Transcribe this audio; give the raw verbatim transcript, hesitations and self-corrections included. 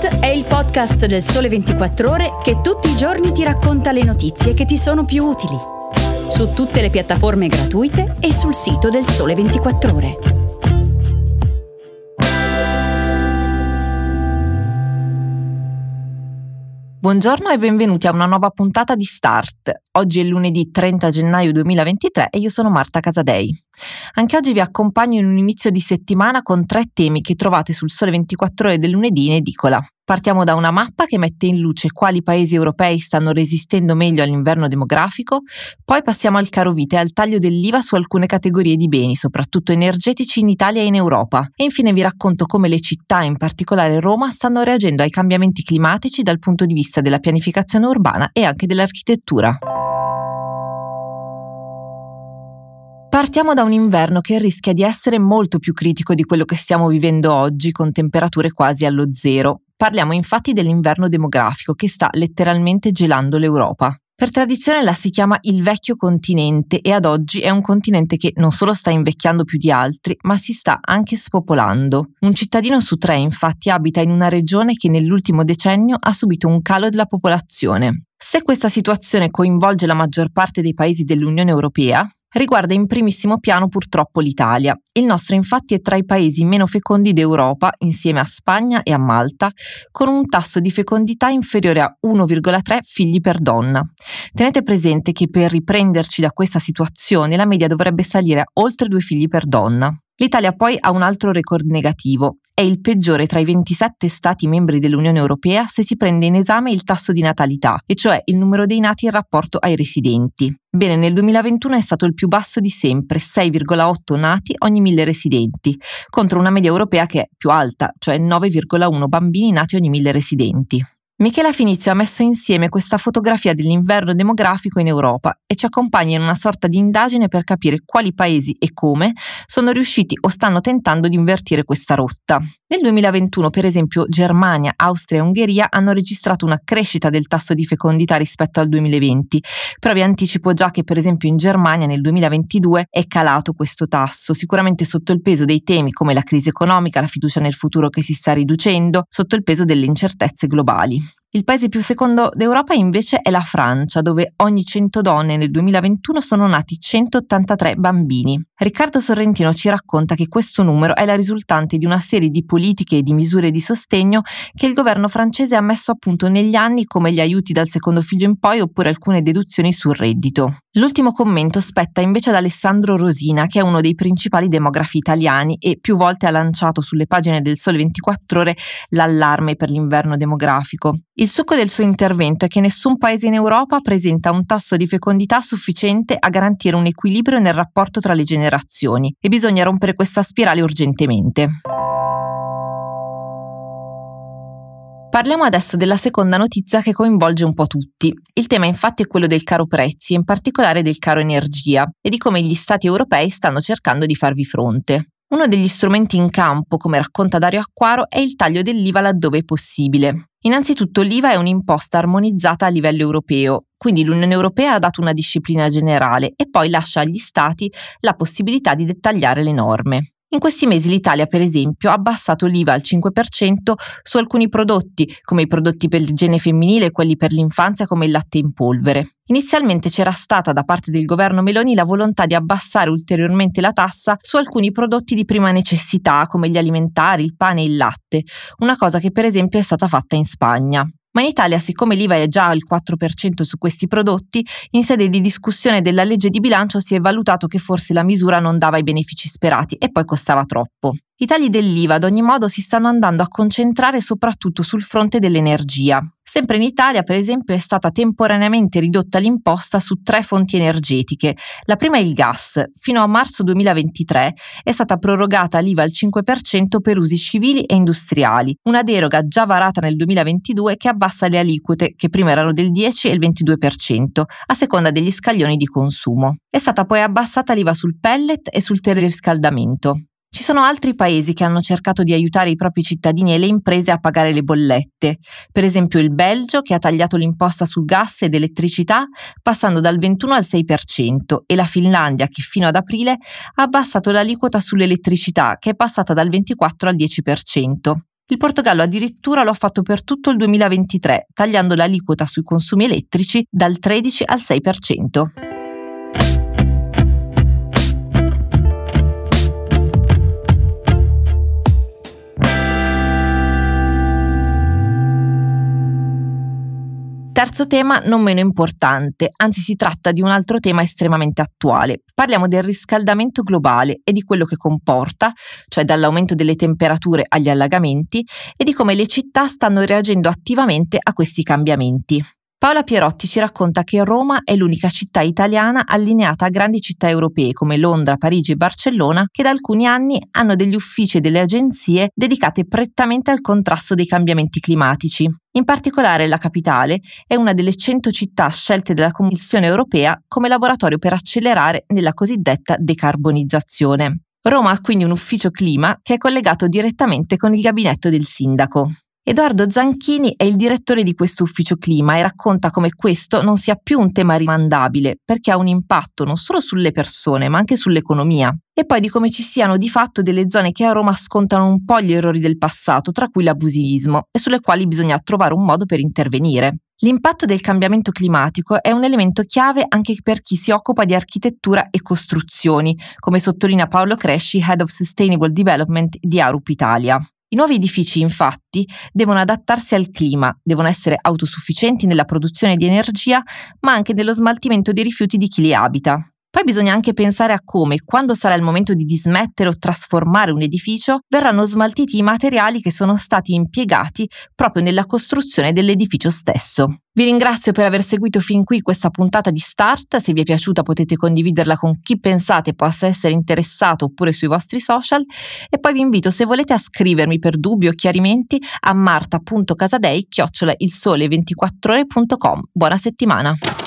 Start è il podcast del Sole ventiquattro Ore che tutti i giorni ti racconta le notizie che ti sono più utili. Su tutte le piattaforme gratuite e sul sito del Sole ventiquattro Ore. Buongiorno e benvenuti a una nuova puntata di Start. Oggi è lunedì trenta gennaio duemilaventitré e io sono Marta Casadei. Anche oggi vi accompagno in un inizio di settimana con tre temi che trovate sul Sole ventiquattro Ore del lunedì in edicola. Partiamo da una mappa che mette in luce quali paesi europei stanno resistendo meglio all'inverno demografico, poi passiamo al caro vita e al taglio dell'I V A su alcune categorie di beni, soprattutto energetici in Italia e in Europa. E infine vi racconto come le città, in particolare Roma, stanno reagendo ai cambiamenti climatici dal punto di vista della pianificazione urbana e anche dell'architettura. Partiamo da un inverno che rischia di essere molto più critico di quello che stiamo vivendo oggi, con temperature quasi allo zero. Parliamo infatti dell'inverno demografico che sta letteralmente gelando l'Europa. Per tradizione la si chiama il vecchio continente e ad oggi è un continente che non solo sta invecchiando più di altri, ma si sta anche spopolando. Un cittadino su tre infatti abita in una regione che nell'ultimo decennio ha subito un calo della popolazione. Se questa situazione coinvolge la maggior parte dei paesi dell'Unione Europea, riguarda in primissimo piano purtroppo l'Italia. Il nostro infatti è tra i paesi meno fecondi d'Europa, insieme a Spagna e a Malta, con un tasso di fecondità inferiore a uno virgola tre figli per donna. Tenete presente che per riprenderci da questa situazione la media dovrebbe salire a oltre due figli per donna. L'Italia poi ha un altro record negativo. È il peggiore tra i ventisette Stati membri dell'Unione Europea se si prende in esame il tasso di natalità, e cioè il numero dei nati in rapporto ai residenti. Bene, nel duemilaventuno è stato il più basso di sempre, sei virgola otto nati ogni mille residenti, contro una media europea che è più alta, cioè nove virgola uno bambini nati ogni mille residenti. Michela Finizio ha messo insieme questa fotografia dell'inverno demografico in Europa e ci accompagna in una sorta di indagine per capire quali paesi e come sono riusciti o stanno tentando di invertire questa rotta. Nel duemilaventuno, per esempio, Germania, Austria e Ungheria hanno registrato una crescita del tasso di fecondità rispetto al duemilaventi, però vi anticipo già che per esempio in Germania nel duemilaventidue è calato questo tasso, sicuramente sotto il peso dei temi come la crisi economica, la fiducia nel futuro che si sta riducendo, sotto il peso delle incertezze globali. Il paese più fecondo d'Europa invece è la Francia, dove ogni cento donne nel duemilaventuno sono nati centottantatré bambini. Riccardo Sorrentino ci racconta che questo numero è la risultante di una serie di politiche e di misure di sostegno che il governo francese ha messo a punto negli anni, come gli aiuti dal secondo figlio in poi oppure alcune deduzioni sul reddito. L'ultimo commento spetta invece ad Alessandro Rosina, che è uno dei principali demografi italiani e più volte ha lanciato sulle pagine del Sole ventiquattro Ore l'allarme per l'inverno demografico. Il succo del suo intervento è che nessun paese in Europa presenta un tasso di fecondità sufficiente a garantire un equilibrio nel rapporto tra le generazioni e bisogna rompere questa spirale urgentemente. Parliamo adesso della seconda notizia che coinvolge un po' tutti. Il tema infatti è quello del caro prezzi e in particolare del caro energia e di come gli stati europei stanno cercando di farvi fronte. Uno degli strumenti in campo, come racconta Dario Acquaro, è il taglio dell'I V A laddove è possibile. Innanzitutto l'I V A è un'imposta armonizzata a livello europeo, quindi l'Unione Europea ha dato una disciplina generale e poi lascia agli Stati la possibilità di dettagliare le norme. In questi mesi l'Italia, per esempio, ha abbassato l'I V A al cinque per cento su alcuni prodotti, come i prodotti per l'igiene femminile e quelli per l'infanzia come il latte in polvere. Inizialmente c'era stata da parte del governo Meloni la volontà di abbassare ulteriormente la tassa su alcuni prodotti di prima necessità, come gli alimentari, il pane e il latte, una cosa che per esempio è stata fatta in Spagna. Ma in Italia, siccome l'I V A è già al quattro per cento su questi prodotti, in sede di discussione della legge di bilancio si è valutato che forse la misura non dava i benefici sperati e poi costava troppo. I tagli dell'I V A ad ogni modo si stanno andando a concentrare soprattutto sul fronte dell'energia. Sempre in Italia, per esempio, è stata temporaneamente ridotta l'imposta su tre fonti energetiche. La prima è il gas. Fino a marzo duemilaventitré è stata prorogata l'I V A al cinque per cento per usi civili e industriali, una deroga già varata nel duemilaventidue che abbassa le aliquote, che prima erano del dieci e il ventidue per cento, a seconda degli scaglioni di consumo. È stata poi abbassata l'I V A sul pellet e sul teleriscaldamento. Ci sono altri paesi che hanno cercato di aiutare i propri cittadini e le imprese a pagare le bollette. Per esempio il Belgio, che ha tagliato l'imposta sul gas ed elettricità passando dal ventuno al sei per cento, e la Finlandia, che fino ad aprile ha abbassato l'aliquota sull'elettricità, che è passata dal ventiquattro al dieci per cento. Il Portogallo addirittura lo ha fatto per tutto il duemilaventitré, tagliando l'aliquota sui consumi elettrici dal tredici al sei per cento. Terzo tema non meno importante, anzi si tratta di un altro tema estremamente attuale. Parliamo del riscaldamento globale e di quello che comporta, cioè dall'aumento delle temperature agli allagamenti, e di come le città stanno reagendo attivamente a questi cambiamenti. Paola Pierotti ci racconta che Roma è l'unica città italiana allineata a grandi città europee come Londra, Parigi e Barcellona, che da alcuni anni hanno degli uffici e delle agenzie dedicate prettamente al contrasto dei cambiamenti climatici. In particolare la capitale è una delle cento città scelte dalla Commissione europea come laboratorio per accelerare nella cosiddetta decarbonizzazione. Roma ha quindi un ufficio clima che è collegato direttamente con il gabinetto del sindaco. Edoardo Zanchini è il direttore di questo ufficio clima e racconta come questo non sia più un tema rimandabile perché ha un impatto non solo sulle persone ma anche sull'economia, e poi di come ci siano di fatto delle zone che a Roma scontano un po' gli errori del passato, tra cui l'abusivismo, e sulle quali bisogna trovare un modo per intervenire. L'impatto del cambiamento climatico è un elemento chiave anche per chi si occupa di architettura e costruzioni, come sottolinea Paolo Cresci, Head of Sustainable Development di Arup Italia. I nuovi edifici, infatti, devono adattarsi al clima, devono essere autosufficienti nella produzione di energia, ma anche nello smaltimento dei rifiuti di chi li abita. Poi bisogna anche pensare a come, quando sarà il momento di dismettere o trasformare un edificio, verranno smaltiti i materiali che sono stati impiegati proprio nella costruzione dell'edificio stesso. Vi ringrazio per aver seguito fin qui questa puntata di Start. Se vi è piaciuta potete condividerla con chi pensate possa essere interessato oppure sui vostri social, e poi vi invito, se volete, a scrivermi per dubbi o chiarimenti a marta punto casadei chiocciola il sole ventiquattro ore punto com. Buona settimana!